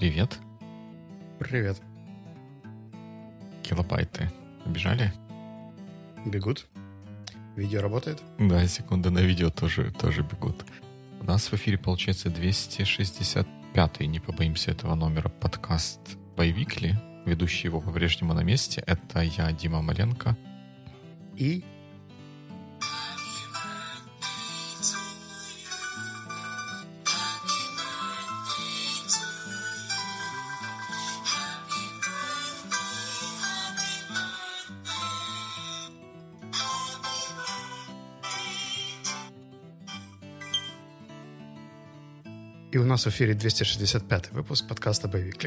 Привет. Привет. Килобайты побежали? Бегут. Видео работает? Да, секунды на видео тоже бегут. У нас в эфире получается 265-й, не побоимся этого номера, подкаст Байвикли. Ведущий его по-прежнему на месте. Это я, Дима Маленко. И... И у нас в эфире 265-й выпуск подкаста «Байвикли».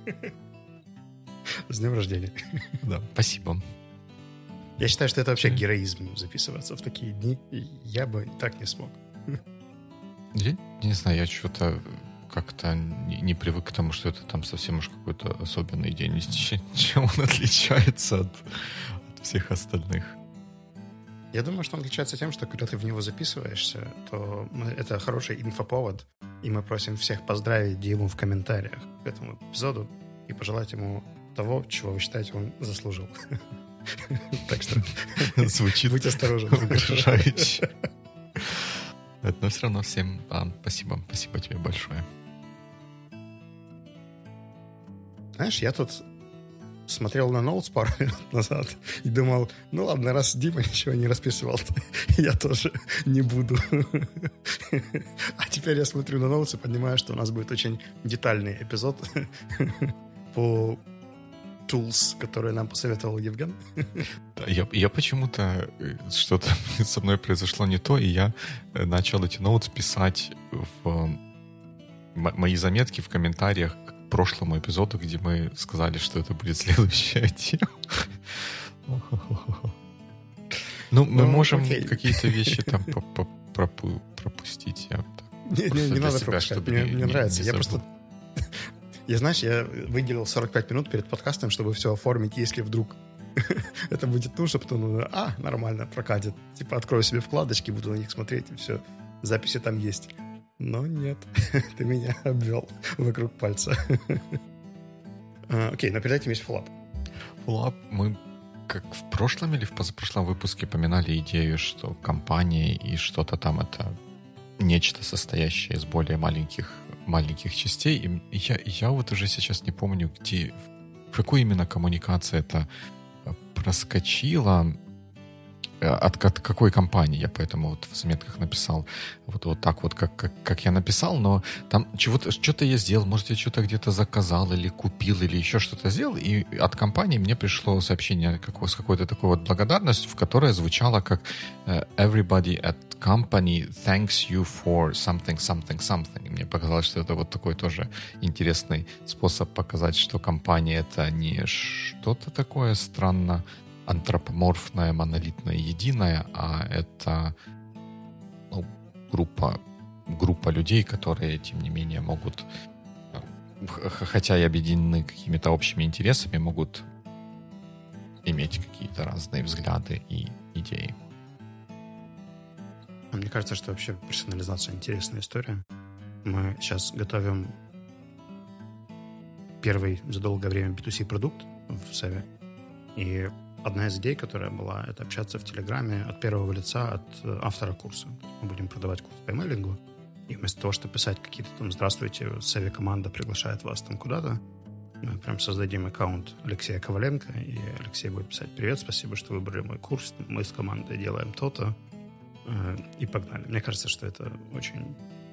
С днем рождения. Да, спасибо. Я считаю, что это вообще героизм записываться в такие дни. Я бы так не смог. Я не знаю, я что-то как-то не привык к тому, что это там совсем уж какой-то особенный день. Чем он отличается от всех остальных? Я думаю, что он отличается тем, что когда ты в него записываешься, то это хороший инфоповод, и мы просим всех поздравить Диму в комментариях к этому эпизоду и пожелать ему того, чего вы считаете, он заслужил. Так что звучит будь осторожен. угрожающе. Но все равно всем спасибо. Спасибо тебе большое. Знаешь, я тут смотрел на ноутс пару минут назад и думал, ну ладно, раз Дима ничего не расписывал, то я тоже не буду. А теперь я смотрю на ноутс и понимаю, что у нас будет очень детальный эпизод по tools, которые нам посоветовал Евген. Да, я почему-то что-то со мной произошло не то, и я начал эти ноутс писать в мои заметки в комментариях к прошлому эпизоду, где мы сказали, что это будет следующая тема. Ну, мы можем какие-то вещи там пропустить. Не надо пропускать, мне нравится. Я просто... Я выделил 45 минут перед подкастом, чтобы все оформить, если вдруг это будет нужно, потом, нормально, прокатит. Типа, открою себе вкладочки, буду на них смотреть, и все. Записи там есть. Но нет, ты меня обвел вокруг пальца. Окей, но перед этим есть фоллап. Фоллап, мы как в прошлом или в позапрошлом выпуске поминали идею, что компания и что-то там это нечто, состоящее из более маленьких частей. И я вот уже сейчас не помню, в какой именно коммуникации это проскочило, от какой компании. Я поэтому вот в заметках написал вот так вот, как я написал, но там что-то я сделал, может, я что-то где-то заказал или купил, или еще что-то сделал, и от компании мне пришло сообщение с какой-то такой вот благодарностью, в которой звучало как «Everybody at company thanks you for something». И мне показалось, что это вот такой тоже интересный способ показать, что компания — это не что-то такое странно антропоморфное, монолитное, единое, а это группа людей, которые, тем не менее, могут, хотя и объединены какими-то общими интересами, могут иметь какие-то разные взгляды и идеи. Мне кажется, что вообще персонализация — интересная история. Мы сейчас готовим первый за долгое время B2C продукт в Севе, и одна из идей, которая была, это общаться в Телеграме от первого лица, от автора курса. Мы будем продавать курс по эмейлингу, и вместо того, чтобы писать какие-то там «Здравствуйте, Севи команда приглашает вас там куда-то», мы прям создадим аккаунт Алексея Коваленко, и Алексей будет писать: «Привет, спасибо, что выбрали мой курс, мы с командой делаем то-то», и погнали. Мне кажется, что это очень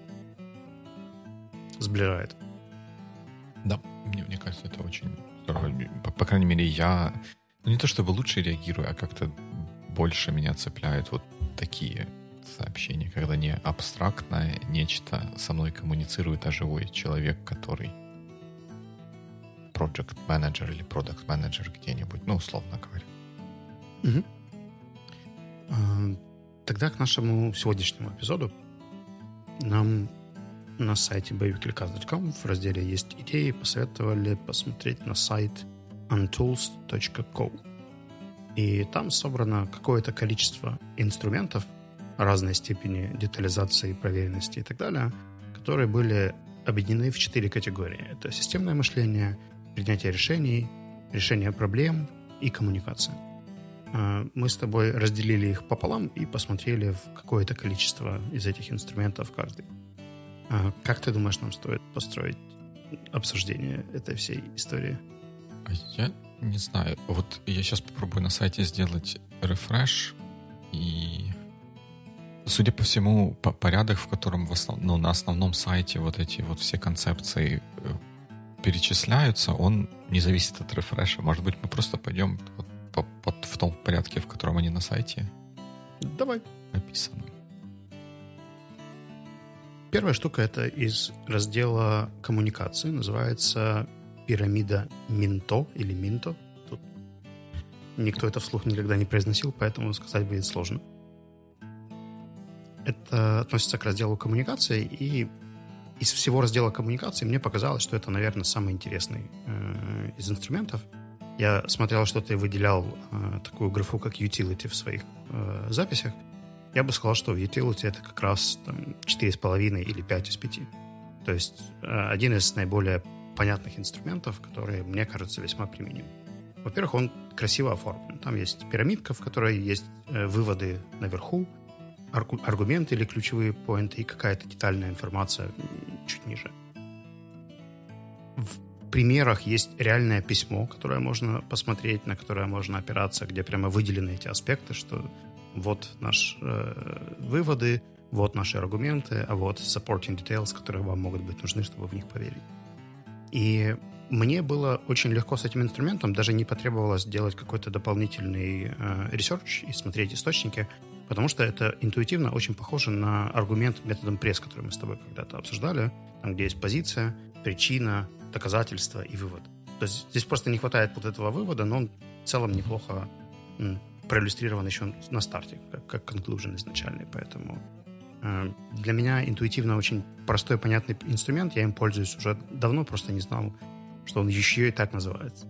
сближает. Да, мне кажется, это очень здорово. По крайней мере, я... не то чтобы лучше реагирую, а как-то больше меня цепляют вот такие сообщения, когда не абстрактное нечто со мной коммуницирует, а живой человек, который project manager или product manager где-нибудь, условно говоря. Угу. Тогда к нашему сегодняшнему эпизоду. Нам на сайте bayweeklycast.com в разделе «Есть идеи» посоветовали посмотреть на сайт untools.co. И там собрано какое-то количество инструментов разной степени детализации, проверенности и так далее, которые были объединены в 4 категории. Это системное мышление, принятие решений, решение проблем и коммуникация. Мы с тобой разделили их пополам и посмотрели в какое-то количество из этих инструментов каждый. Как ты думаешь, нам стоит построить обсуждение этой всей истории? Я не знаю. Вот я сейчас попробую на сайте сделать рефреш, и, судя по всему, порядок, в котором на основном сайте вот эти вот все концепции перечисляются, он не зависит от рефреша. Может быть, мы просто пойдем в том порядке, в котором они на сайте Давай. описаны. Первая штука — это из раздела коммуникации. Называется пирамида Минто или Минто. Тут никто это вслух никогда не произносил, поэтому сказать будет сложно. Это относится к разделу коммуникации, и из всего раздела коммуникации мне показалось, что это, наверное, самый интересный из инструментов. Я смотрел, что ты выделял такую графу, как utility в своих записях. Я бы сказал, что utility — это как раз 4,5 или 5 из 5. То есть один из наиболее понятных инструментов, которые, мне кажется, весьма применимы. Во-первых, он красиво оформлен. Там есть пирамидка, в которой есть выводы наверху, аргументы или ключевые поинты и какая-то детальная информация чуть ниже. В примерах есть реальное письмо, которое можно посмотреть, на которое можно опираться, где прямо выделены эти аспекты, что вот наши выводы, вот наши аргументы, а вот supporting details, которые вам могут быть нужны, чтобы в них поверить. И мне было очень легко с этим инструментом, даже не потребовалось делать какой-то дополнительный research и смотреть источники, потому что это интуитивно очень похоже на аргумент методом пресс, который мы с тобой когда-то обсуждали, там, где есть позиция, причина, доказательство и вывод. То есть здесь просто не хватает вот этого вывода, но он в целом неплохо проиллюстрирован еще на старте, как conclusion изначальный, поэтому для меня интуитивно очень простой, понятный инструмент, я им пользуюсь уже давно, просто не знал, что он еще и так называется.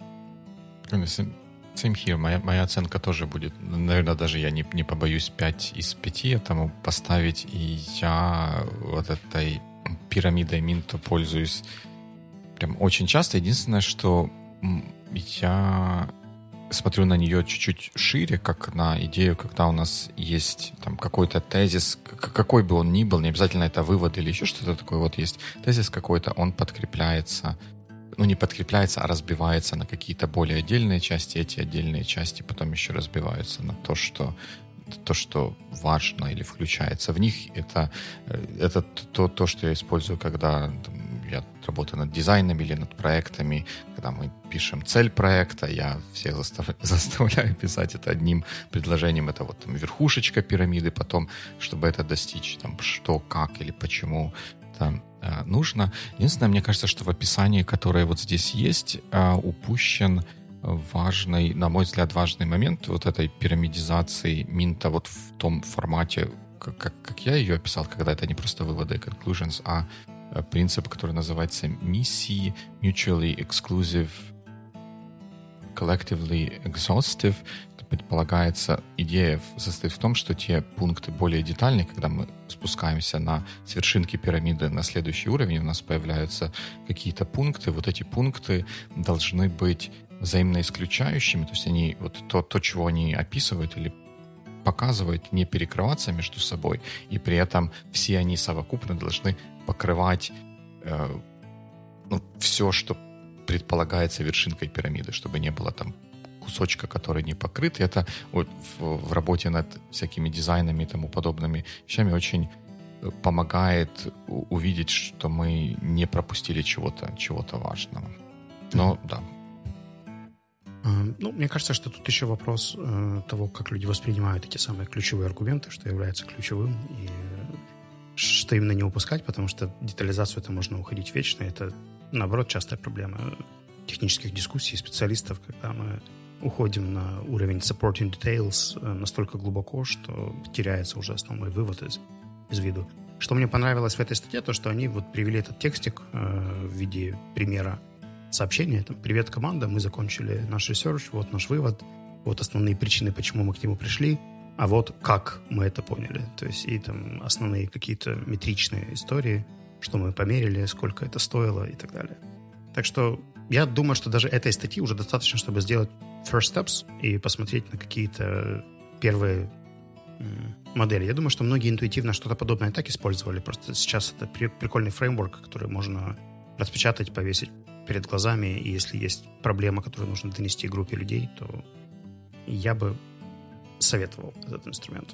Same here. Моя оценка тоже будет, наверное, даже я не побоюсь 5 из 5 этому поставить, и я вот этой пирамидой Минто пользуюсь прям очень часто. Единственное, что я смотрю на нее чуть-чуть шире, как на идею, когда у нас есть там какой-то тезис, какой бы он ни был, не обязательно это вывод или еще что-то такое, вот есть тезис какой-то, он подкрепляется, не подкрепляется, а разбивается на какие-то более отдельные части, эти отдельные части потом еще разбиваются на то, что важно или включается в них. Это то, что я использую, когда я работаю над дизайном или над проектами, когда мы пишем цель проекта, я всех заставляю писать это одним предложением. Это вот там верхушечка пирамиды, потом, чтобы это достичь, там, что, как или почему это нужно. Единственное, мне кажется, что в описании, которое вот здесь есть, упущен важный, на мой взгляд, важный момент вот этой пирамидизации Минто вот в том формате, как я ее описал, когда это не просто выводы и conclusions, а принцип, который называется MISI, Mutually Exclusive, Collectively Exhaustive. Предполагается, идея состоит в том, что те пункты более детальные, когда мы спускаемся с вершинки пирамиды на следующий уровень, у нас появляются какие-то пункты. Вот эти пункты должны быть взаимно исключающими, то есть они, вот то, чего они описывают или показывают, не перекрываться между собой, и при этом все они совокупно должны покрывать все, что предполагается вершинкой пирамиды, чтобы не было там кусочка, который не покрыт. И это вот в работе над всякими дизайнами и тому подобными вещами очень помогает увидеть, что мы не пропустили чего-то важного. Но да. Мне кажется, что тут еще вопрос того, как люди воспринимают эти самые ключевые аргументы, что является ключевым, и что именно не упускать, потому что детализацию это можно уходить вечно. Это, наоборот, частая проблема технических дискуссий специалистов, когда мы уходим на уровень supporting details настолько глубоко, что теряется уже основной вывод из виду. Что мне понравилось в этой статье, то, что они вот привели этот текстик в виде примера сообщения. Там, привет, команда, мы закончили наш ресерч, вот наш вывод, вот основные причины, почему мы к нему пришли, а вот как мы это поняли. То есть и там основные какие-то метричные истории, что мы померили, сколько это стоило и так далее. Так что я думаю, что даже этой статьи уже достаточно, чтобы сделать first steps и посмотреть на какие-то первые модели. Я думаю, что многие интуитивно что-то подобное так использовали. Просто сейчас это прикольный фреймворк, который можно распечатать, повесить перед глазами. И если есть проблема, которую нужно донести группе людей, то я бы советовал этот инструмент.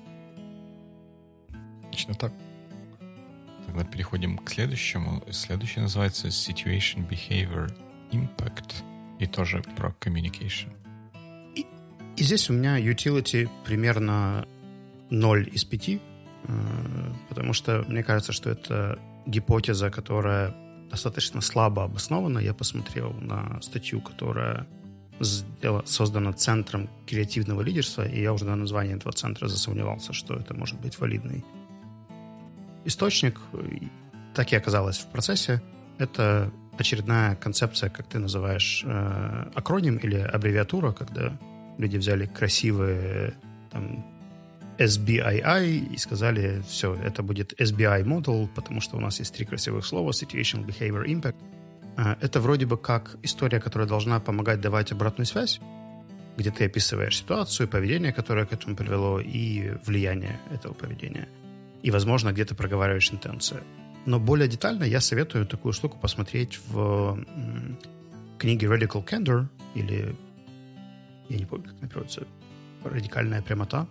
Точно так. Тогда переходим к следующему. Следующий называется Situation Behavior Impact. И тоже про communication. И здесь у меня utility примерно 0 из 5, потому что мне кажется, что это гипотеза, которая достаточно слабо обоснована. Я посмотрел на статью, которая создана Центром креативного лидерства, и я уже на названии этого центра засомневался, что это может быть валидный источник. Так и оказалось в процессе. Это очередная концепция, как ты называешь, акроним или аббревиатура, когда люди взяли красивые там SBII и сказали, все, это будет SBI Model, потому что у нас есть 3 красивых слова: Situational Behavior Impact. Это вроде бы как история, которая должна помогать давать обратную связь, где ты описываешь ситуацию, поведение, которое к этому привело, и влияние этого поведения. И, возможно, где-то проговариваешь интенцию. Но более детально я советую такую штуку посмотреть в книге Radical Candor, или, я не помню, как она переводится, «Радикальная прямота».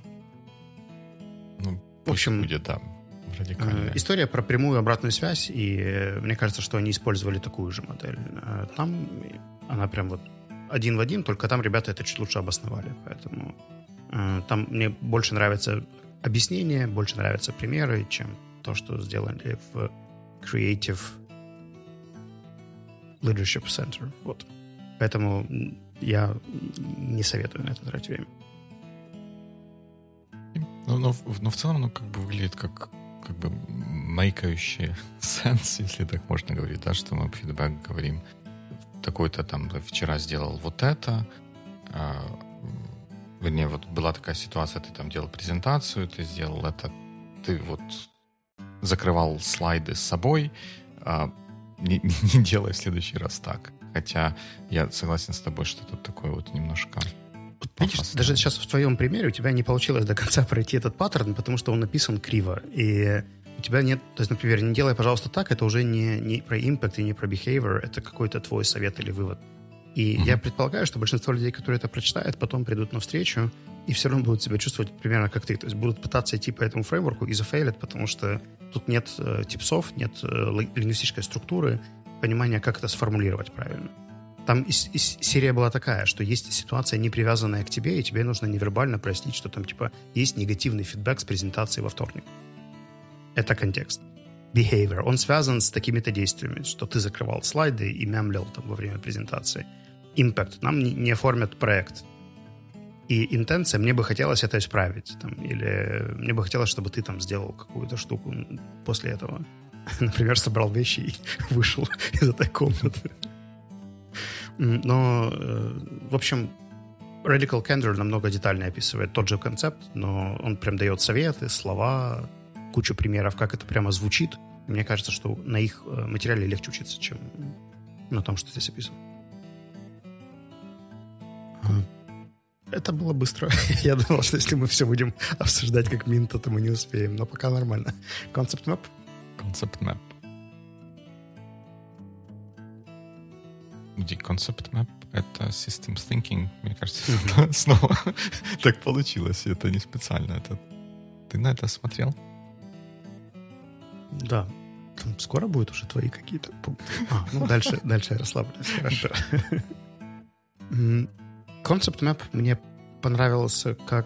Ну, в общем, будет, да, радикальная. История про прямую обратную связь, и мне кажется, что они использовали такую же модель. Там она прям вот один в один, только там ребята это чуть лучше обосновали. Поэтому там мне больше нравится объяснение, больше нравятся примеры, чем то, что сделали в Creative Leadership Center. Вот. Поэтому я не советую на это тратить время. Но в целом, ну, как бы выглядит как бы мейкающий сенс, если так можно говорить, да, что мы в фидбэк говорим, такой-то там вчера сделал вот это, вернее, вот была такая ситуация, ты там делал презентацию, ты сделал это, ты вот закрывал слайды с собой, не делай в следующий раз так. Хотя я согласен с тобой, что это такое вот немножко... Видишь, даже сейчас в твоем примере у тебя не получилось до конца пройти этот паттерн, потому что он написан криво. И у тебя нет... То есть, например, не делай, пожалуйста, так, это уже не про impact и не про behavior, это какой-то твой совет или вывод. И я предполагаю, что большинство людей, которые это прочитают, потом придут навстречу и все равно будут себя чувствовать примерно как ты. То есть будут пытаться идти по этому фреймворку и зафейлят, потому что тут нет типсов, нет лингвистической структуры, понимания, как это сформулировать правильно. Там серия была такая, что есть ситуация, не привязанная к тебе, и тебе нужно невербально прояснить, что там типа есть негативный фидбэк с презентации во вторник. Это контекст. Behavior. Он связан с такими-то действиями, что ты закрывал слайды и мямлил там во время презентации. Impact. Нам не оформят проект. И интенция, мне бы хотелось это исправить. Там, или мне бы хотелось, чтобы ты там сделал какую-то штуку после этого. Например, собрал вещи и вышел из этой комнаты. Но, в общем, Radical Candor намного детальнее описывает тот же концепт, но он прям дает советы, слова, кучу примеров, как это прямо звучит. Мне кажется, что на их материале легче учиться, чем на том, что здесь описано. Это было быстро. Я думал, что если мы все будем обсуждать как Минта, то мы не успеем, но пока нормально. Concept Map? Concept Map. Где Concept Map — это Systems Thinking, мне кажется, снова так получилось, это не специально. Это... Ты на это смотрел? Да. Там скоро будут уже твои какие-то пункты. Ну, дальше я расслаблюсь. Хорошо. Concept Map мне понравился как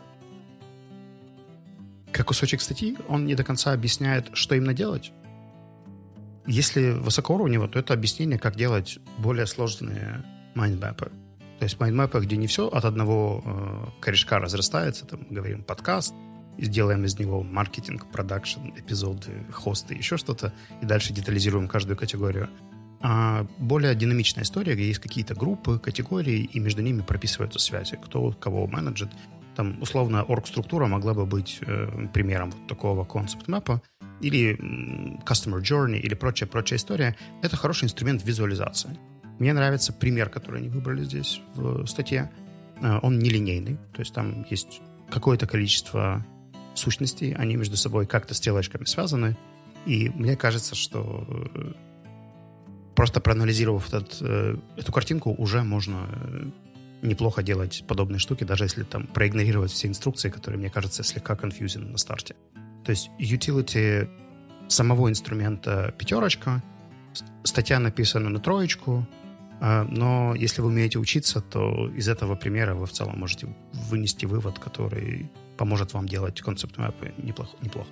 кусочек статьи. Он не до конца объясняет, что именно делать. Если высокоуровнево, то это объяснение, как делать более сложные майндмэпы. То есть майндмэпы, где не все от одного корешка разрастается, там, говорим, подкаст, и сделаем из него маркетинг, продакшн, эпизоды, хосты, еще что-то, и дальше детализируем каждую категорию. А более динамичная история, где есть какие-то группы, категории, и между ними прописываются связи, кто кого менеджит. Там, условно, орг-структура могла бы быть примером вот такого концепт-мэпа. или Customer Journey, или прочая история, это хороший инструмент визуализации. Мне нравится пример, который они выбрали здесь в статье. Он нелинейный, то есть там есть какое-то количество сущностей, они между собой как-то стрелочками связаны, и мне кажется, что просто проанализировав эту картинку, уже можно неплохо делать подобные штуки, даже если там проигнорировать все инструкции, которые, мне кажется, слегка confusing на старте. То есть utility самого инструмента 5, статья написана на 3, но если вы умеете учиться, то из этого примера вы в целом можете вынести вывод, который поможет вам делать концепт-мэпы неплохо.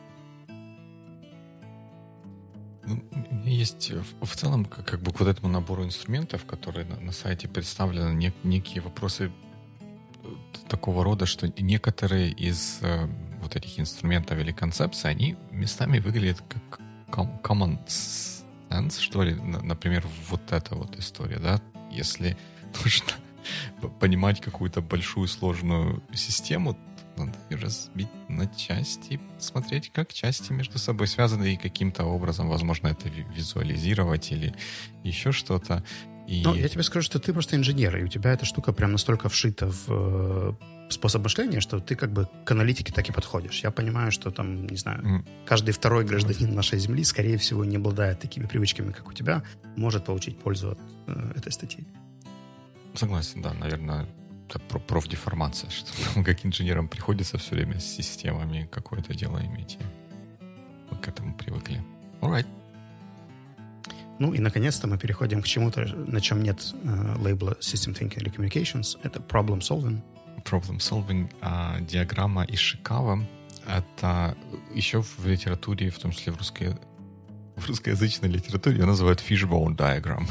Есть в целом как бы к вот этому набору инструментов, которые на сайте представлены, некие вопросы такого рода, что некоторые из вот этих инструментов или концепций, они местами выглядят как common sense, что ли. Например, вот эта вот история, да? Если нужно понимать какую-то большую сложную систему, надо ее разбить на части, смотреть, как части между собой связаны, и каким-то образом, возможно, это визуализировать или еще что-то. Ну, я тебе скажу, что ты просто инженер, и у тебя эта штука прям настолько вшита в способ мышления, что ты как бы к аналитике так и подходишь. Я понимаю, что там, не знаю, каждый второй гражданин нашей Земли, скорее всего, не обладая такими привычками, как у тебя, может получить пользу от этой статьи. Согласен, да, наверное, это профдеформация, что нам, как инженерам, приходится все время с системами какое-то дело иметь. Мы к этому привыкли. Alright. Ну и, наконец-то, мы переходим к чему-то, на чем нет лейбла System Thinking или Communications. Это Problem Solving. Problem Solving, диаграмма из Шикава. Это еще в литературе, в том числе в русскоязычной литературе, ее называют Fishbone Diagram.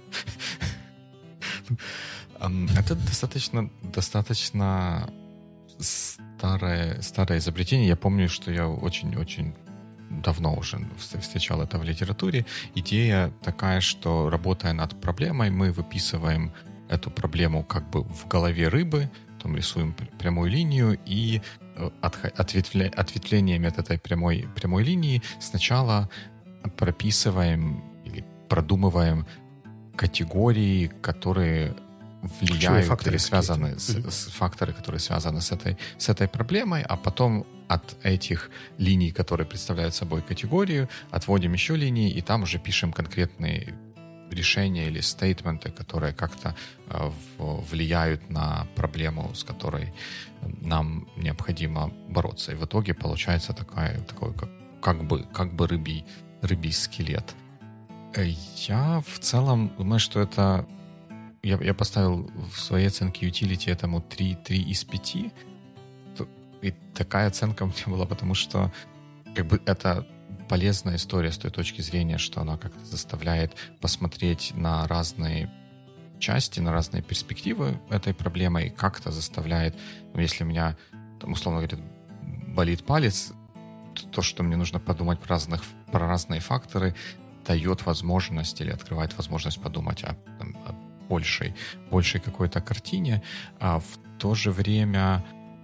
Это достаточно старое изобретение. Я помню, что я очень-очень давно уже встречал это в литературе. Идея такая, что, работая над проблемой, мы выписываем эту проблему как бы в голове рыбы, потом рисуем прямую линию, и ответвлениями от этой прямой линии сначала прописываем или продумываем категории, которые влияют или связаны с факторы, которые связаны с этой проблемой, а потом от этих линий, которые представляют собой категорию, отводим еще линии, и там уже пишем конкретные решения или стейтменты, которые как-то влияют на проблему, с которой нам необходимо бороться. И в итоге получается такой как бы рыбий скелет. Я в целом думаю, что это... Я поставил в своей оценке utility этому 3 из 5. И такая оценка у меня была, потому что как бы это полезная история с той точки зрения, что она как-то заставляет посмотреть на разные части, на разные перспективы этой проблемы, и как-то заставляет, если у меня, там, условно говоря, болит палец, то, что мне нужно подумать про разные факторы, дает возможность или открывает возможность подумать о большей какой-то картине, а в то же время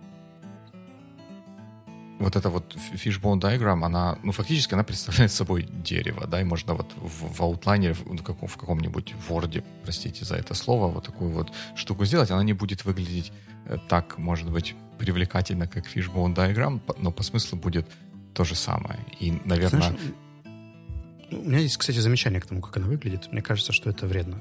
вот эта вот fishbone diagram, она, фактически она представляет собой дерево, да, и можно вот в аутлайнере, в каком-нибудь Word, простите за это слово, вот такую вот штуку сделать, она не будет выглядеть так, может быть, привлекательно, как fishbone diagram, но по смыслу будет то же самое. И, наверное... Знаешь, у меня есть, кстати, замечание к тому, как она выглядит. Мне кажется, что это вредно.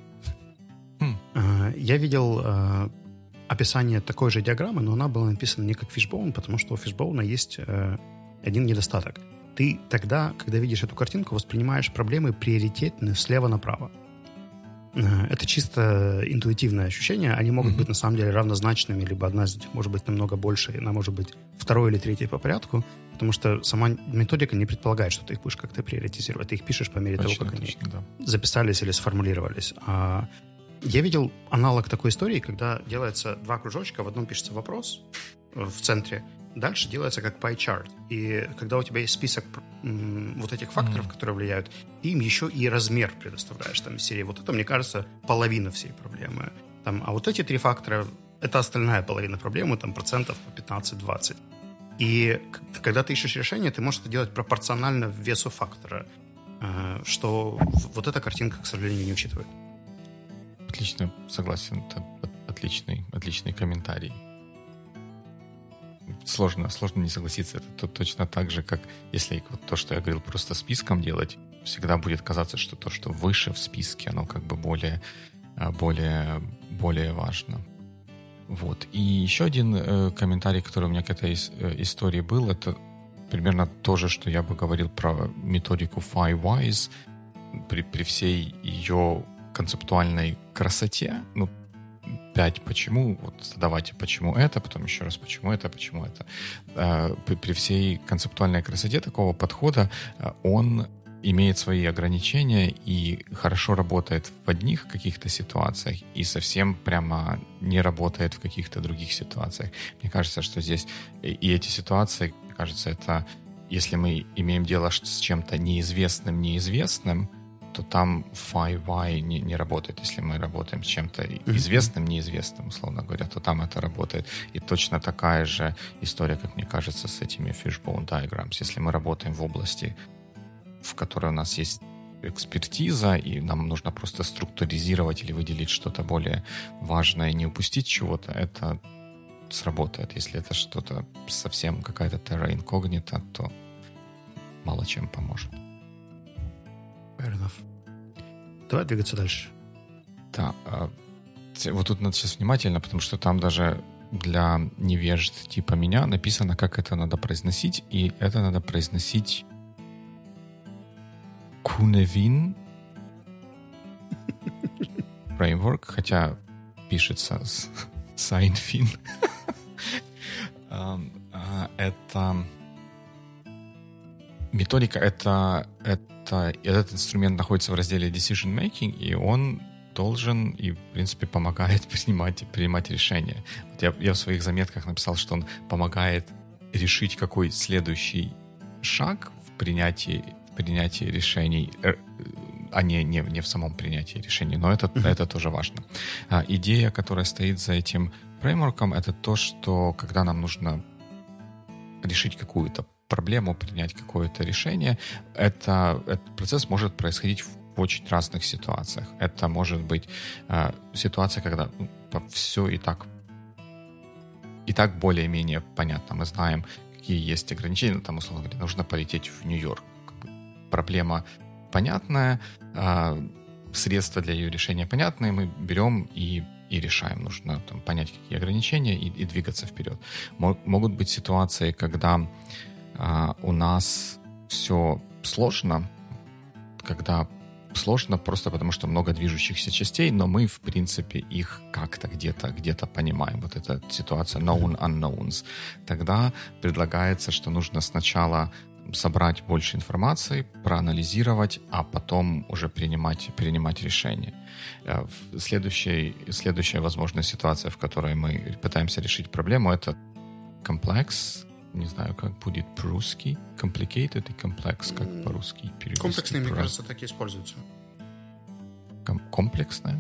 Я видел описание такой же диаграммы, но она была написана не как fishbone, потому что у fishbone есть один недостаток. Ты тогда, когда видишь эту картинку, воспринимаешь проблемы приоритетно слева направо. Это чисто интуитивное ощущение. Они могут быть на самом деле равнозначными, либо одна из них может быть намного больше, она может быть второй или третьей по порядку, потому что сама методика не предполагает, что ты их будешь как-то приоритизировать. Ты их пишешь по мере того, как они записались или сформулировались. Я видел аналог такой истории, когда делается 2 кружочка, в одном пишется вопрос в центре, дальше делается как pie chart. И когда у тебя есть список вот этих факторов, которые влияют, ты им еще и размер предоставляешь там из серии. Вот это, мне кажется, половина всей проблемы. А вот эти 3 фактора — это остальная половина проблемы, там процентов 15-20. И когда ты ищешь решение, ты можешь это делать пропорционально весу фактора, что вот эта картинка, к сожалению, не учитывает. Отлично, согласен. Это отличный комментарий. Сложно не согласиться. Это точно так же, как если вот то, что я говорил, просто списком делать, всегда будет казаться, что то, что выше в списке, оно как бы более важно. Вот. И еще один комментарий, который у меня к этой истории был, это примерно то же, что я бы говорил про методику Five Whys при всей ее концептуальной красоте. 5 почему, вот задавайте почему это, потом еще раз почему это. При всей концептуальной красоте такого подхода он имеет свои ограничения и хорошо работает в одних каких-то ситуациях и совсем прямо не работает в каких-то других ситуациях. Мне кажется, что здесь и эти ситуации, мне кажется, это если мы имеем дело с чем-то неизвестным, то там Five Why не работает. Если мы работаем с чем-то неизвестным, условно говоря, то там это работает. И точно такая же история, как мне кажется, с этими fishbone diagrams. Если мы работаем в области, в которой у нас есть экспертиза, и нам нужно просто структуризировать или выделить что-то более важное, не упустить чего-то, это сработает. Если это что-то совсем какая-то terra incognita, то мало чем поможет. Fair enough. Давай двигаться дальше. Да. Вот тут надо сейчас внимательно, потому что там даже для невежд типа меня написано, как это надо произносить, и это надо произносить Cynefin Framework, хотя пишется Cynefin. Это методика, этот инструмент находится в разделе Decision Making, и он должен и, в принципе, помогает принимать решения. Вот я в своих заметках написал, что он помогает решить, какой следующий шаг в принятии решений, а не в самом принятии решений. Но это тоже важно. Идея, которая стоит за этим фреймворком, это то, что когда нам нужно решить какую-то проблему, принять какое-то решение, этот процесс может происходить в очень разных ситуациях. Это может быть ситуация, когда все и так более-менее понятно. Мы знаем, какие есть ограничения. Там, условно говоря, нужно полететь в Нью-Йорк. Проблема понятная, средства для ее решения понятные, мы берем и решаем. Нужно понять, какие ограничения, и двигаться вперед. Могут быть ситуации, когда у нас все сложно, когда сложно просто потому, что много движущихся частей, но мы, в принципе, их как-то где-то понимаем. Вот эта ситуация known unknowns. Тогда предлагается, что нужно сначала собрать больше информации, проанализировать, а потом уже принимать решение. Следующая возможная ситуация, в которой мы пытаемся решить проблему, это complex, не знаю, как будет по-русски, complicated и complex, как по-русски перевести. Комплексные, мне кажется, так и используются. Комплексная?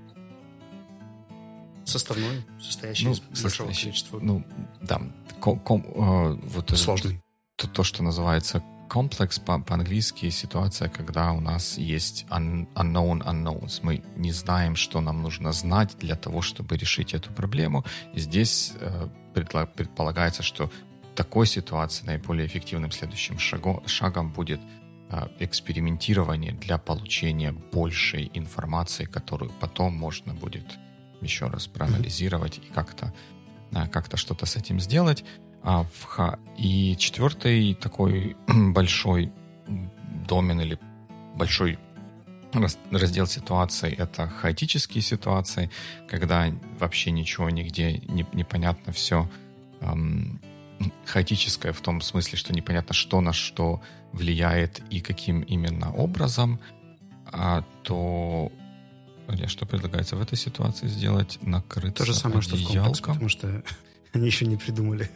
Составной, состоящий из большого количества. Да. Сложный. То, что называется complex по-английски, ситуация, когда у нас есть unknown unknowns. Мы не знаем, что нам нужно знать для того, чтобы решить эту проблему. И здесь предполагается, что в такой ситуации наиболее эффективным следующим шагом будет экспериментирование для получения большей информации, которую потом можно будет еще раз проанализировать и как-то что-то с этим сделать. И четвертый такой большой домен или большой раздел ситуаций — это хаотические ситуации, когда вообще ничего нигде не понятно, все хаотическое в том смысле, что непонятно, что на что влияет и каким именно образом, то что предлагается в этой ситуации сделать? Накрыться то же самое, что в комплекс, потому что они еще не придумали.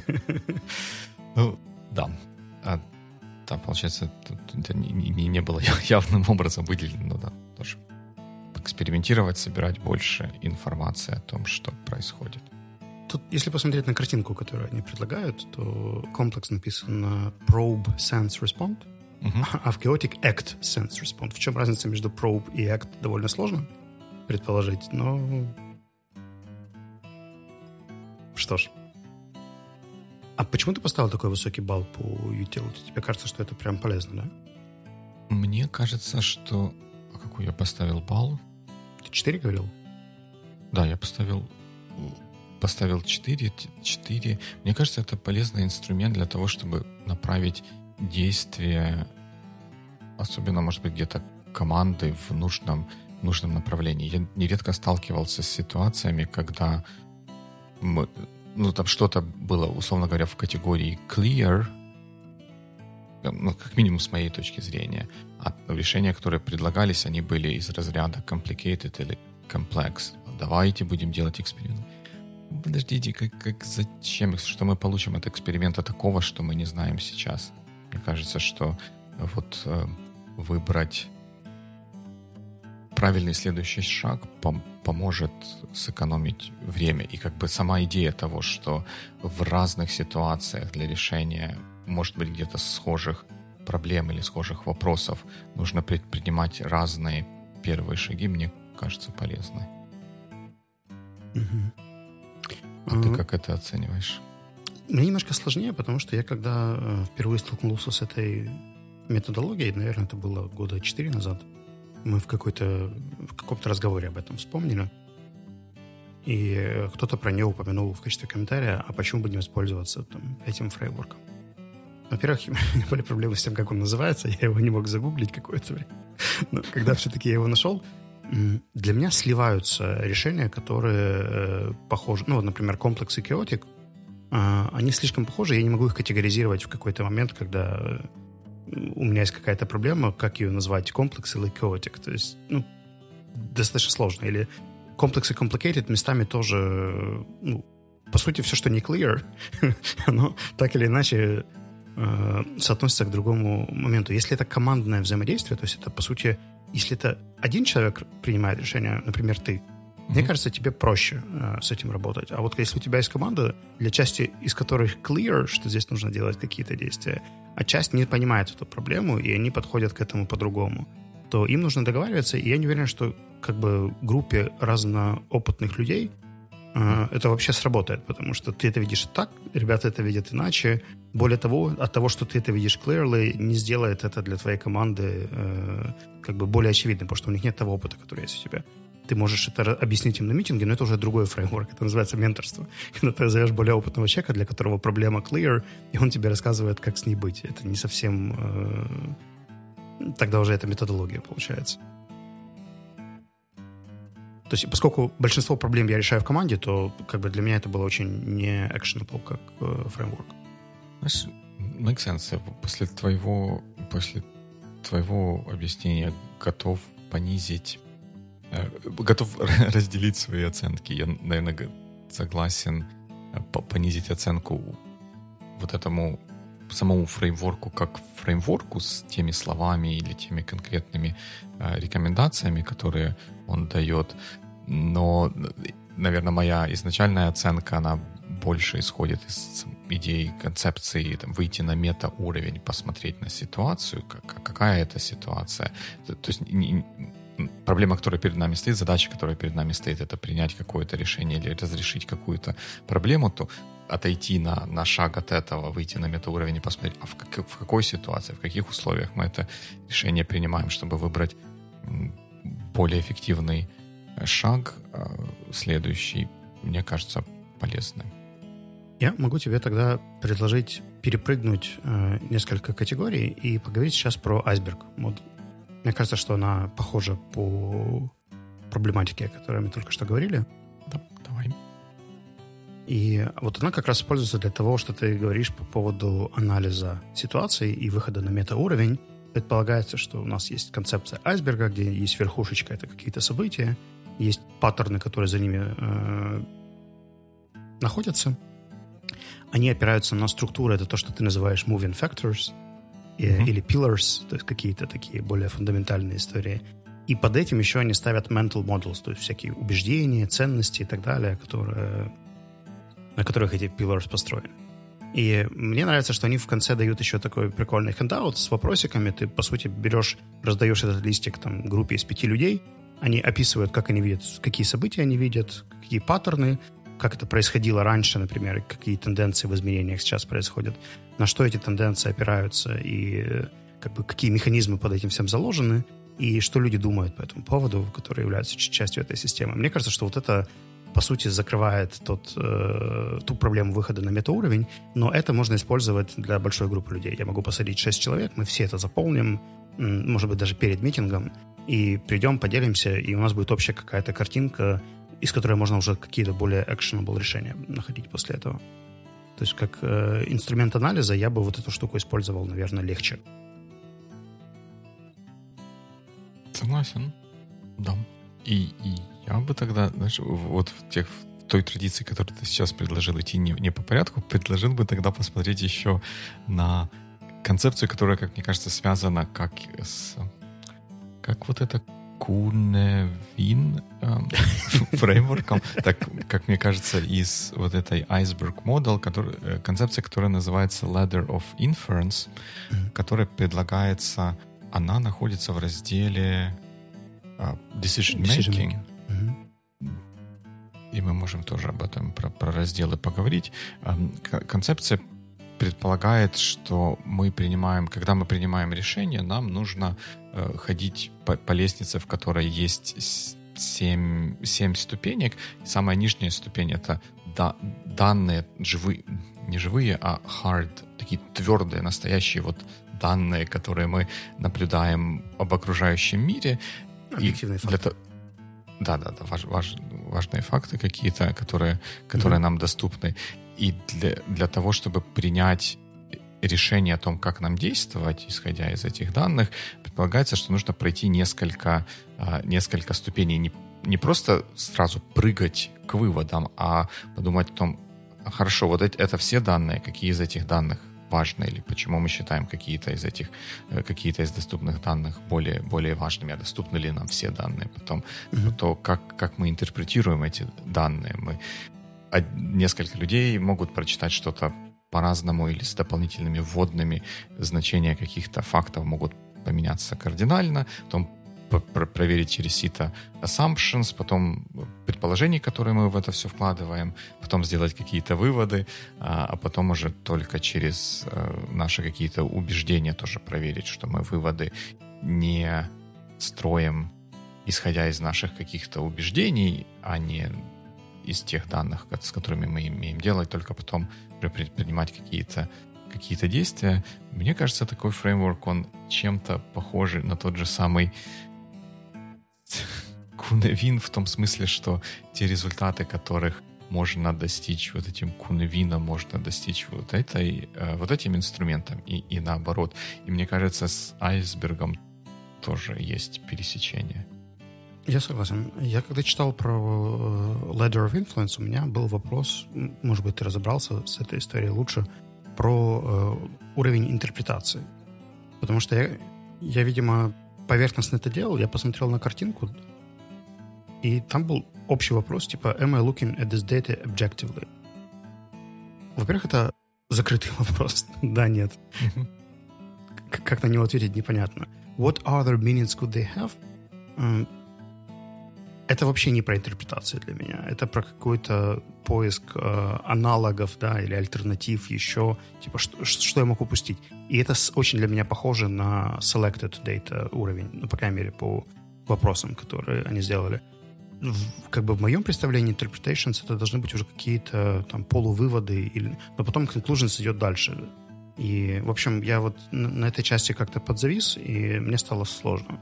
Да. Да, получается, это не было явным образом выделено, да, тоже. Экспериментировать, собирать больше информации о том, что происходит. тут, если посмотреть на картинку, которую они предлагают, то комплекс написан на probe, sense, respond, а в chaotic act, sense, respond. В чем разница между probe и act, довольно сложно предположить, но... Что ж. А почему ты поставил такой высокий балл по utility? Тебе кажется, что это прям полезно, да? Мне кажется, что... А какой я поставил балл? Ты 4 говорил? Да, я поставил 4. Мне кажется, это полезный инструмент для того, чтобы направить действия, особенно, может быть, где-то команды в нужном направлении. Я нередко сталкивался с ситуациями, когда там что-то было, условно говоря, в категории clear, как минимум с моей точки зрения. А решения, которые предлагались, они были из разряда complicated или complex. Давайте будем делать эксперимент. Подождите, зачем? Что мы получим от эксперимента такого, что мы не знаем сейчас? Мне кажется, что вот выбрать правильный следующий шаг поможет сэкономить время. И как бы сама идея того, что в разных ситуациях для решения, может быть, где-то схожих проблем или схожих вопросов нужно предпринимать разные первые шаги, мне кажется полезной. А ты как это оцениваешь? Мне немножко сложнее, потому что я когда впервые столкнулся с этой методологией, наверное, это было года 4 назад, мы в каком-то разговоре об этом вспомнили, и кто-то про нее упомянул в качестве комментария, а почему бы не воспользоваться этим фреймворком. Во-первых, у меня были проблемы с тем, как он называется, я его не мог загуглить какое-то время. Но когда все-таки я его нашел, для меня сливаются решения, которые похожи. Например, комплекс и chaotic, они слишком похожи, я не могу их категоризировать в какой-то момент, когда у меня есть какая-то проблема, как ее назвать, комплекс или chaotic. То есть, достаточно сложно. Или комплекс и complicated местами тоже, по сути, все, что не clear, оно так или иначе соотносится к другому моменту. Если это командное взаимодействие, то есть это, по сути, если это один человек принимает решение, например, ты, мне кажется, тебе проще с этим работать. А вот если у тебя есть команда, для части из которых clear, что здесь нужно делать какие-то действия, а часть не понимает эту проблему, и они подходят к этому по-другому, то им нужно договариваться, и я не уверен, что как бы группе разноопытных людей это вообще сработает, потому что ты это видишь так, ребята это видят иначе. Более того, от того, что ты это видишь clearly, не сделает это для твоей команды как бы более очевидным, потому что у них нет того опыта, который есть у тебя. Ты можешь это объяснить им на митинге, но это уже другой фреймворк, это называется менторство. Когда ты зовешь более опытного человека, для которого проблема clear, и он тебе рассказывает, как с ней быть. Это не совсем... Тогда уже это методология получается. То есть, поскольку большинство проблем я решаю в команде, то как бы для меня это было очень не actionable как фреймворк. Знаешь, make sense. После твоего объяснения готов разделить свои оценки. Я, наверное, согласен понизить оценку вот этому самому фреймворку как фреймворку с теми словами или теми конкретными рекомендациями, которые он дает. Но, наверное, моя изначальная оценка, она больше исходит из идеи, концепции, выйти на мета-уровень, посмотреть на ситуацию, какая это ситуация. То есть проблема, которая перед нами стоит, задача, которая перед нами стоит, это принять какое-то решение или разрешить какую-то проблему, то отойти на шаг от этого, выйти на метауровень и посмотреть, а в какой ситуации, в каких условиях мы это решение принимаем, чтобы выбрать более эффективный шаг, следующий, мне кажется, полезным. Я могу тебе тогда предложить перепрыгнуть несколько категорий и поговорить сейчас про Iceberg модуль. Мне кажется, что она похожа по проблематике, о которой мы только что говорили. Да, давай. И вот она как раз используется для того, что ты говоришь по поводу анализа ситуации и выхода на метауровень. Предполагается, что у нас есть концепция айсберга, где есть верхушечка, это какие-то события, есть паттерны, которые за ними находятся. Они опираются на структуру, это то, что ты называешь moving factors или pillars, то есть какие-то такие более фундаментальные истории. И под этим еще они ставят mental models, то есть всякие убеждения, ценности и так далее, которые на которых эти pillars построены. И мне нравится, что они в конце дают еще такой прикольный хендаут с вопросиками. Ты, по сути, раздаешь этот листик там группе из 5 людей. Они описывают, как они видят, какие события они видят, какие паттерны, как это происходило раньше, например, какие тенденции в изменениях сейчас происходят, на что эти тенденции опираются и как бы какие механизмы под этим всем заложены, и что люди думают по этому поводу, которые являются частью этой системы. Мне кажется, что вот это, по сути, закрывает ту проблему выхода на метауровень, но это можно использовать для большой группы людей. Я могу посадить 6 человек, мы все это заполним, может быть, даже перед митингом, и придем, поделимся, и у нас будет общая какая-то картинка, из которой можно уже какие-то более actionable решения находить после этого. То есть как инструмент анализа я бы вот эту штуку использовал, наверное, легче. Согласен, да. И я бы тогда, знаешь, вот в той традиции, которую ты сейчас предложил, идти не по порядку, предложил бы тогда посмотреть еще на концепцию, которая, как мне кажется, связана как вот это Kuhn-Levin фреймворком, так, как мне кажется, из вот этой Iceberg Model, концепция, которая называется Ladder of Inference, которая предлагается, она находится в разделе Decision Making. И мы можем тоже об этом, про разделы поговорить. Концепция предполагает, что когда мы принимаем решение, нам нужно ходить по лестнице, в которой есть 7 ступенек. Самая нижняя ступень — это данные живые, не живые, а hard, такие твердые, настоящие вот данные, которые мы наблюдаем об окружающем мире. Объективные факты. Важные факты какие-то, которые нам доступны. И для того, чтобы принять решение о том, как нам действовать, исходя из этих данных, предполагается, что нужно пройти несколько ступеней. Не просто сразу прыгать к выводам, а подумать о том, хорошо, вот это все данные, какие из этих данных важны, или почему мы считаем какие-то из доступных данных более важными, а доступны ли нам все данные. Потом то, как мы интерпретируем эти данные. Несколько людей могут прочитать что-то по-разному или с дополнительными вводными. Значения каких-то фактов могут поменяться кардинально. Потом проверить через сито assumptions, потом предположения, которые мы в это все вкладываем, потом сделать какие-то выводы, а потом уже только через наши какие-то убеждения тоже проверить, что мы выводы не строим, исходя из наших каких-то убеждений, а не из тех данных, с которыми мы имеем дело, и только потом предпринимать какие-то действия. Мне кажется, такой фреймворк, он чем-то похожий на тот же самый Kuhn-Levin, в том смысле, что те результаты, которых можно достичь вот этим Kuhn-Levin, можно достичь вот этим инструментом и наоборот. И мне кажется, с айсбергом тоже есть пересечение. Я согласен. Я когда читал про Ladder of Influence, у меня был вопрос, может быть, ты разобрался с этой историей лучше, про уровень интерпретации. Потому что я, видимо, поверхностно это делал, я посмотрел на картинку, и там был общий вопрос, типа, am I looking at this data objectively? Во-первых, это закрытый вопрос. Да, нет. Как на него ответить, непонятно. What other meanings could they have? Это вообще не про интерпретацию для меня. Это про какой-то поиск аналогов, да, или альтернатив еще. Типа, что я мог упустить? И это очень для меня похоже на selected data уровень. Ну, по крайней мере, по вопросам, которые они сделали. Как бы в моем представлении interpretations это должны быть уже какие-то там полувыводы, но потом conclusions идет дальше. И, в общем, я вот на этой части как-то подзавис, и мне стало сложно.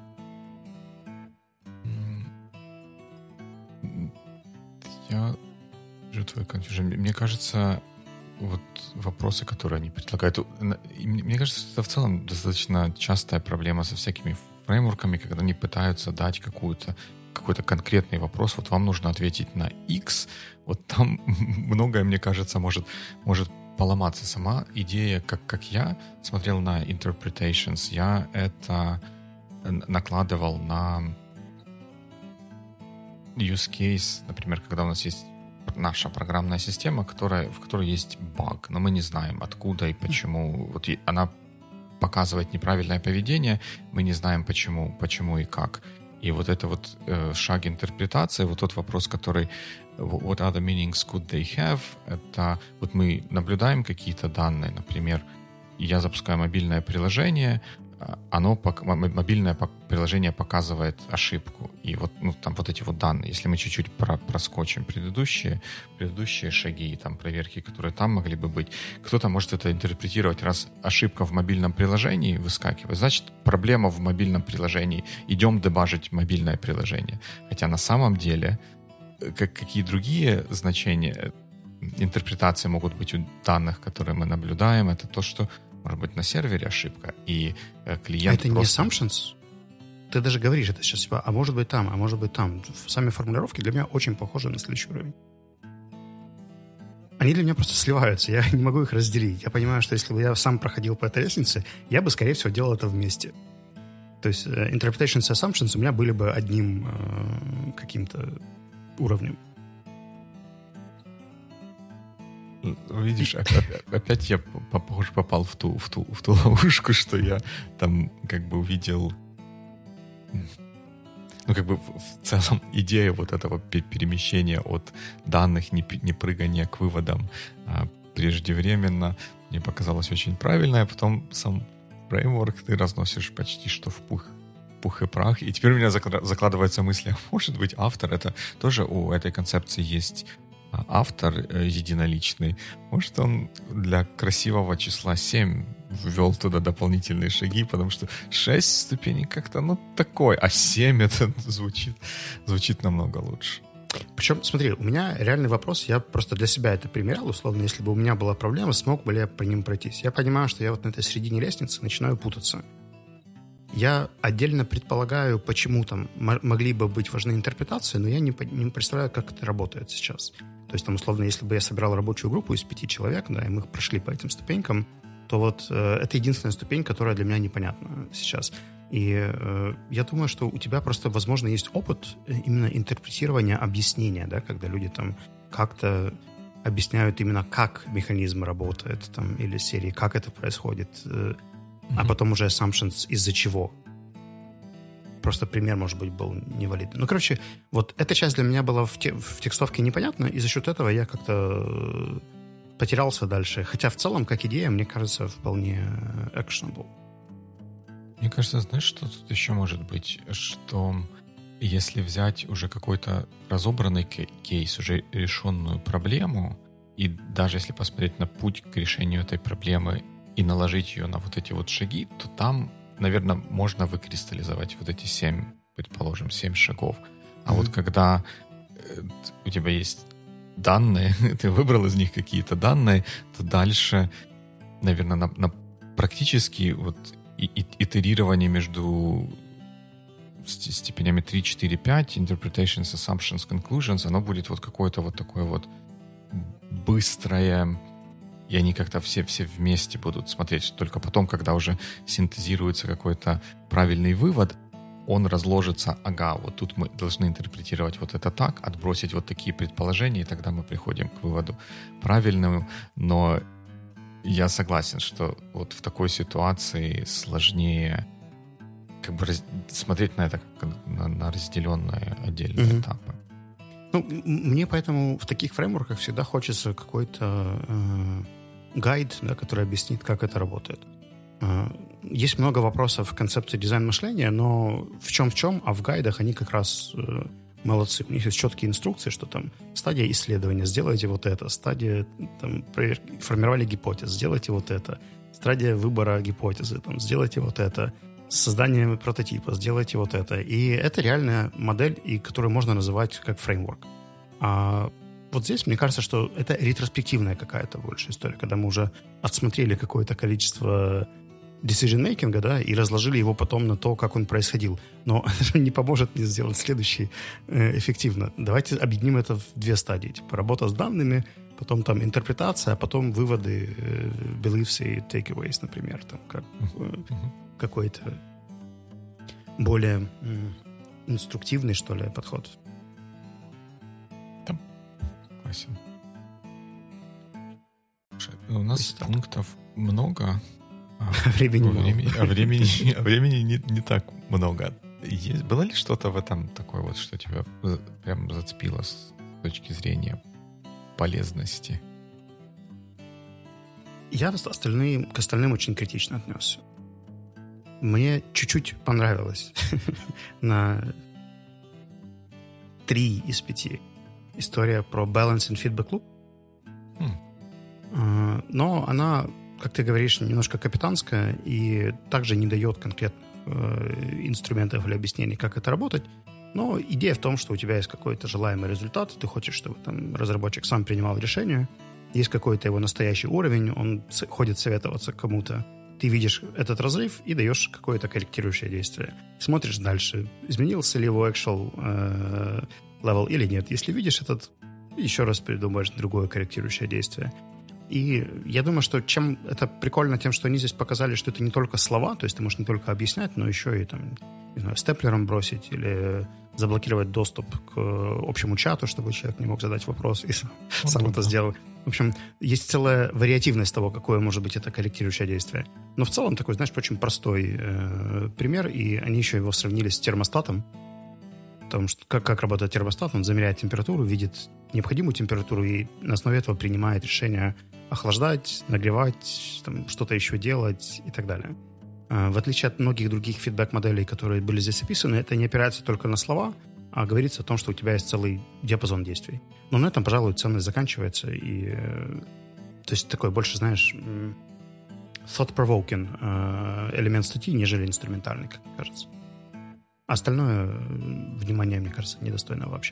Я вижу твой confusion. Мне кажется, вот вопросы, которые они предлагают, мне кажется, это в целом достаточно частая проблема со всякими фреймворками, когда они пытаются дать какой-то конкретный вопрос. Вот вам нужно ответить на X. Вот там многое, мне кажется, может поломаться. Сама идея, как я смотрел на interpretations, я это накладывал на use case, например, когда у нас есть наша программная система, в которой есть баг, но мы не знаем, откуда и почему. Вот она показывает неправильное поведение, мы не знаем, почему и как. И вот это вот шаг интерпретации, вот тот вопрос, который what other meanings could they have, это вот мы наблюдаем какие-то данные, например, я запускаю мобильное приложение, мобильное приложение показывает ошибку. И вот, там вот эти вот данные, если мы чуть-чуть проскочим предыдущие шаги, там проверки, которые там могли бы быть, кто-то может это интерпретировать, раз ошибка в мобильном приложении выскакивает, значит, проблема в мобильном приложении, идем дебажить мобильное приложение. Хотя на самом деле, какие другие значения, интерпретации могут быть у данных, которые мы наблюдаем, это то, что может быть на сервере ошибка, и клиент это просто... не assumptions? Ты даже говоришь это сейчас, типа, а может быть там, а может быть там. Сами формулировки для меня очень похожи на следующий уровень. Они для меня просто сливаются, я не могу их разделить. Я понимаю, что если бы я сам проходил по этой лестнице, я бы, скорее всего, делал это вместе. То есть interpretations и assumptions у меня были бы одним каким-то уровнем. Видишь, опять я, похоже, попал в ту ловушку, что я там как бы увидел... как бы в целом идея вот этого перемещения от данных, не прыгания к выводам преждевременно мне показалось очень правильно, а потом сам фреймворк ты разносишь почти что в пух и прах. И теперь у меня закладывается мысль, может быть, автор, это тоже у этой концепции есть автор единоличный. Может, он для красивого числа 7 ввел туда дополнительные шаги, потому что 6 ступеней как-то, такой, а 7 это звучит намного лучше. Причем, смотри, у меня реальный вопрос, я просто для себя это примерял, условно, если бы у меня была проблема, смог бы ли я по ним пройтись. Я понимаю, что я вот на этой середине лестницы начинаю путаться. Я отдельно предполагаю, почему там могли бы быть важны интерпретации, но я не представляю, как это работает сейчас. То есть, там, условно, если бы я собирал рабочую группу из 5 человек, да, и мы прошли по этим ступенькам, то вот это единственная ступень, которая для меня непонятна сейчас. И я думаю, что у тебя просто, возможно, есть опыт именно интерпретирования, объяснения, да, когда люди там как-то объясняют именно, как механизм работает, там, или серии, как это происходит, а потом уже assumptions из-за чего. Просто пример, может быть, был невалидный. Короче, вот эта часть для меня была в текстовке непонятна, и за счет этого я как-то потерялся дальше. Хотя в целом, как идея, мне кажется, вполне actionable. Мне кажется, знаешь, что тут еще может быть? Что если взять уже какой-то разобранный кейс, уже решенную проблему, и даже если посмотреть на путь к решению этой проблемы и наложить ее на вот эти вот шаги, то там, наверное, можно выкристаллизовать вот эти 7, предположим, 7 шагов. А вот когда у тебя есть данные, ты выбрал из них какие-то данные, то дальше, наверное, на практически вот итерирование между степенями 3, 4, 5, interpretations, assumptions, conclusions, оно будет вот какое-то вот такое вот быстрое, и они как-то все вместе будут смотреть. Только потом, когда уже синтезируется какой-то правильный вывод, он разложится, вот тут мы должны интерпретировать вот это так, отбросить вот такие предположения, и тогда мы приходим к выводу правильному. Но я согласен, что вот в такой ситуации сложнее как бы смотреть на это как на разделенные отдельные этапы. Мне поэтому в таких фреймворках всегда хочется какой-то гайд, да, который объяснит, как это работает. Есть много вопросов в концепции дизайн-мышления, но в чем, а в гайдах они как раз молодцы. У них есть четкие инструкции, что там стадия исследования, сделайте вот это, стадия там, формировали гипотез, сделайте вот это, стадия выбора гипотезы, там, сделайте вот это, создание прототипа, сделайте вот это. И это реальная модель, и которую можно называть как фреймворк. А вот здесь, мне кажется, что это ретроспективная какая-то большая история, когда мы уже отсмотрели какое-то количество decision-making, да, и разложили его потом на то, как он происходил. Но это не поможет мне сделать следующий эффективно. Давайте объединим это в 2 стадии. Типа работа с данными, потом там интерпретация, а потом выводы, beliefs и takeaways, например. Там, как какой-то более инструктивный, что ли, подход. согласен. У нас пунктов много, времени не так много. Было ли что-то в этом такое вот, что тебя прям зацепило с точки зрения полезности? Я к остальным очень критично отнесся. Мне чуть-чуть понравилось на 3 из 5 история про Balance and Feedback Loop. Но она, как ты говоришь, немножко капитанская и также не дает конкретных инструментов или объяснений, как это работать. Но идея в том, что у тебя есть какой-то желаемый результат, ты хочешь, чтобы там разработчик сам принимал решение, есть какой-то его настоящий уровень, он ходит советоваться кому-то. Ты видишь этот разрыв и даешь какое-то корректирующее действие. Смотришь дальше, изменился ли его actual level или нет. Если видишь этот, еще раз придумаешь другое корректирующее действие. И я думаю, что чем это прикольно тем, что они здесь показали, что это не только слова, то есть ты можешь не только объяснять, но еще и там, не знаю, степлером бросить или заблокировать доступ к общему чату, чтобы человек не мог задать вопрос и сам это сделал. В общем, есть целая вариативность того, какое может быть это корректирующее действие. Но в целом такой, знаешь, очень простой пример, и они еще его сравнили с термостатом. Потому что как работает термостат, он замеряет температуру, видит необходимую температуру и на основе этого принимает решение охлаждать, нагревать, там, что-то еще делать и так далее. В отличие от многих других фидбэк-моделей, которые были здесь описаны, это не опирается только на слова, а говорится о том, что у тебя есть целый диапазон действий. Но на этом, пожалуй, ценность заканчивается. И, то есть такой больше, знаешь, thought-provoking элемент статьи, нежели инструментальный, как мне кажется. Остальное внимание, мне кажется, недостойно вообще.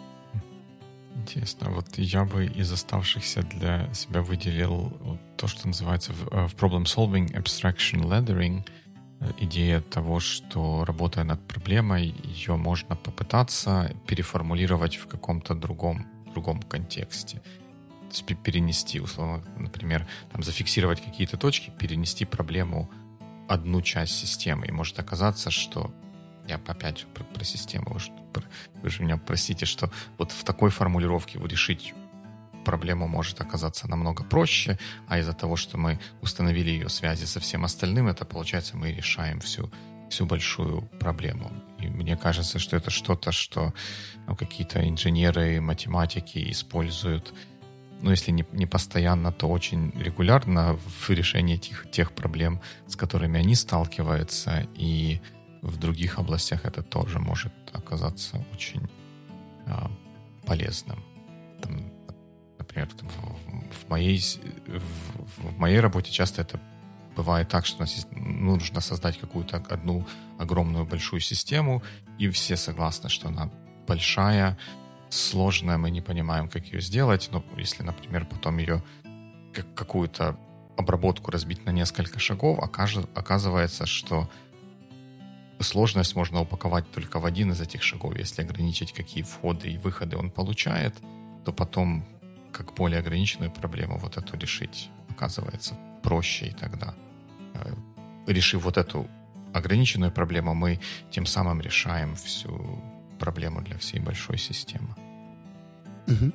Интересно. Вот я бы из оставшихся для себя выделил то, что называется в Problem Solving Abstraction Laddering. Идея того, что, работая над проблемой, ее можно попытаться переформулировать в каком-то другом контексте. То есть перенести, условно, например, там, зафиксировать какие-то точки, перенести проблему одну часть системы. И может оказаться, что я опять про систему. Вы же меня простите, что вот в такой формулировке решить проблему может оказаться намного проще, а из-за того, что мы установили ее связи со всем остальным, это, получается, мы решаем всю большую проблему. И мне кажется, что это что-то, что какие-то инженеры, математики используют, если не постоянно, то очень регулярно в решении тех проблем, с которыми они сталкиваются, и в других областях это тоже может оказаться очень полезным. Там, например, в моей работе часто это бывает так, что нужно создать какую-то одну огромную большую систему, и все согласны, что она большая, сложная, мы не понимаем, как ее сделать. Но если, например, потом ее какую-то обработку разбить на несколько шагов, оказывается, что сложность можно упаковать только в один из этих шагов. Если ограничить, какие входы и выходы он получает, то потом, как более ограниченную проблему, вот эту решить оказывается проще. И тогда, решив вот эту ограниченную проблему, мы тем самым решаем всю проблему для всей большой системы. Угу.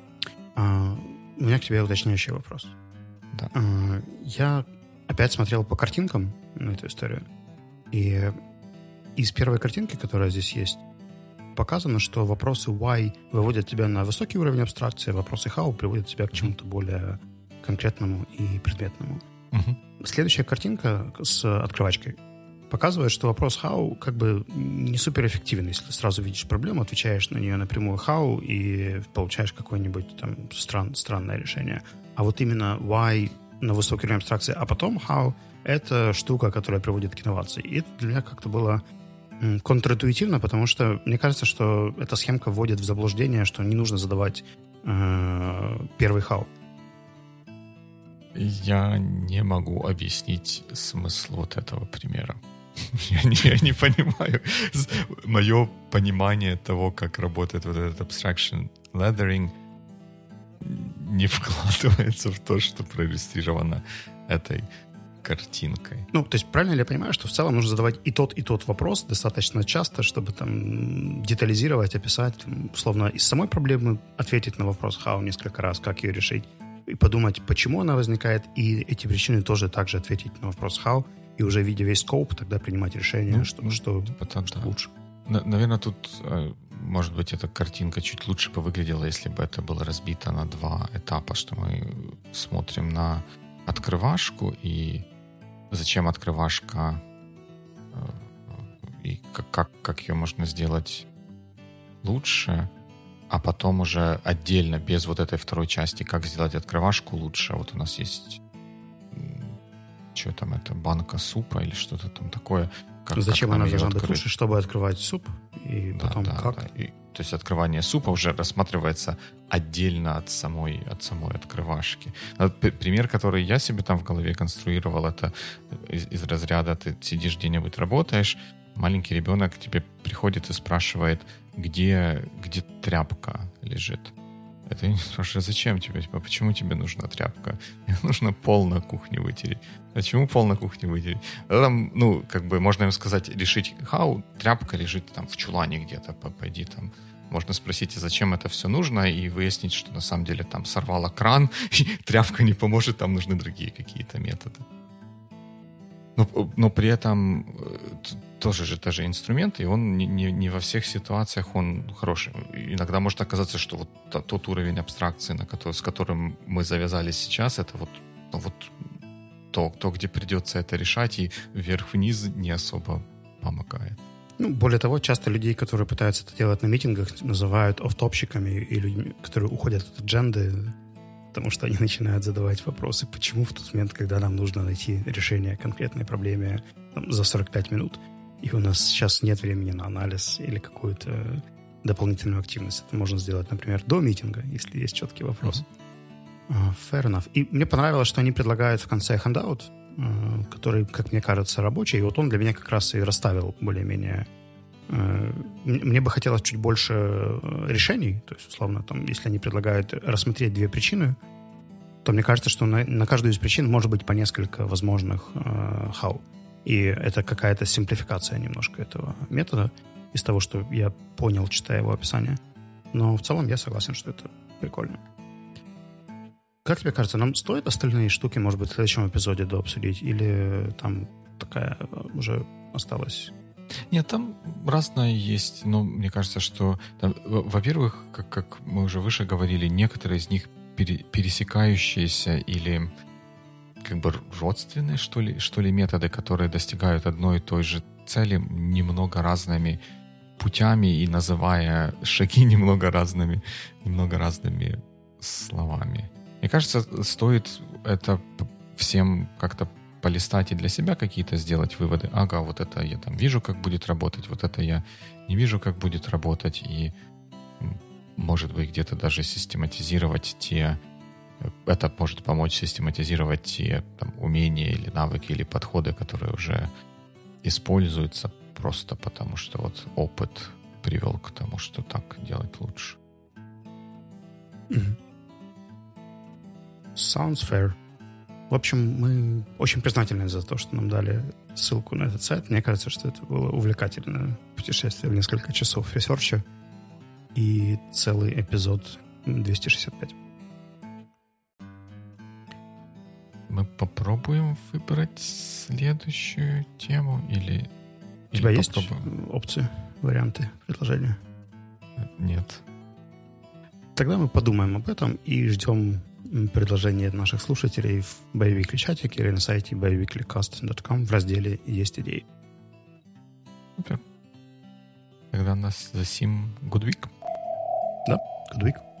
У меня к тебе уточняющий вопрос. Да. Я опять смотрел по картинкам на эту историю, и из первой картинки, которая здесь есть, показано, что вопросы why выводят тебя на высокий уровень абстракции, вопросы how приводят тебя к чему-то более конкретному и предметному. Следующая картинка с открывачкой показывает, что вопрос how как бы не суперэффективен. Если сразу видишь проблему, отвечаешь на нее напрямую how и получаешь какое-нибудь там странное решение. А вот именно why на высокий уровень абстракции, а потом how — это штука, которая приводит к инновации. И это для меня как-то было контринтуитивно, потому что мне кажется, что эта схемка вводит в заблуждение, что не нужно задавать первый how. Я не могу объяснить смысл вот этого примера. Я не понимаю. Мое понимание того, как работает вот этот abstraction laddering, не вкладывается в то, что проиллюстрировано этой картинкой. Ну, то есть правильно ли я понимаю, что в целом нужно задавать и тот вопрос достаточно часто, чтобы там детализировать, описать, там, условно, из самой проблемы ответить на вопрос how несколько раз, как ее решить, и подумать, почему она возникает, и эти причины тоже также ответить на вопрос how, и уже видя весь скоп, тогда принимать решение, что лучше. Наверное, тут, может быть, эта картинка чуть лучше бы выглядела, если бы это было разбито на два этапа, что мы смотрим на открывашку, и зачем открывашка, и как ее можно сделать лучше, а потом уже отдельно, без вот этой второй части, как сделать открывашку лучше. Вот у нас есть, что там, это банка супа или что-то там такое. Зачем она должна быть лучше, чтобы открывать суп, и да, потом да, как? Да. То есть открывание супа уже рассматривается отдельно от самой открывашки. Пример, который я себе там в голове конструировал, это из разряда ты сидишь где-нибудь, работаешь, маленький ребенок к тебе приходит и спрашивает, где тряпка лежит. Это не спрашиваю, зачем тебе? Почему тебе нужна тряпка? Мне нужно пол на кухне вытереть. Почему пол на кухне вытереть? Там, можно им сказать, решить, тряпка лежит там в чулане где-то, пойди там. Можно спросить, зачем это все нужно, и выяснить, что на самом деле там сорвало кран, и тряпка не поможет, там нужны другие какие-то методы. Но при этом тоже инструмент, и он не во всех ситуациях он хороший. Иногда может оказаться, что вот тот уровень абстракции, с которым мы завязались сейчас, это то, где придется это решать, и вверх-вниз не особо помогает. Более того, часто людей, которые пытаются это делать на митингах, называют оффтопщиками и людьми, которые уходят от адженды, потому что они начинают задавать вопросы, почему в тот момент, когда нам нужно найти решение конкретной проблеме за 45 минут, и у нас сейчас нет времени на анализ или какую-то дополнительную активность. Это можно сделать, например, до митинга, если есть четкий вопрос. Fair enough. И мне понравилось, что они предлагают в конце handout, который, как мне кажется, рабочий, и вот он для меня как раз и расставил более-менее. Мне бы хотелось чуть больше решений, то есть, условно, там, если они предлагают рассмотреть две причины, то мне кажется, что на каждую из причин может быть по несколько возможных how. И это какая-то симплификация немножко этого метода из того, что я понял, читая его описание. Но в целом я согласен, что это прикольно. Как тебе кажется, нам стоит остальные штуки, может быть, в следующем эпизоде дообсудить? Или там такая уже осталась? Нет, там разное есть, но мне кажется, что там, во-первых, как мы уже выше говорили, некоторые из них пересекающиеся или как бы родственные, что ли, методы, которые достигают одной и той же цели немного разными путями и называя шаги немного разными словами. Мне кажется, стоит это всем как-то полистать и для себя какие-то сделать выводы. Ага, вот это я там вижу, как будет работать, вот это я не вижу, как будет работать, и, может быть, где-то даже систематизировать это может помочь систематизировать те там, умения или навыки или подходы, которые уже используются просто потому, что вот опыт привел к тому, что так делать лучше. Sounds fair. В общем, мы очень признательны за то, что нам дали ссылку на этот сайт. Мне кажется, что это было увлекательное путешествие в несколько часов ресерча и целый эпизод 265. Мы попробуем выбрать следующую тему или... У тебя есть опции, варианты, предложения? Нет. Тогда мы подумаем об этом и ждем предложения наших слушателей в Biweekly чатике или на сайте biweeklycast.com в разделе «Есть идеи». Супер. Тогда нас засим good week. Да, good week.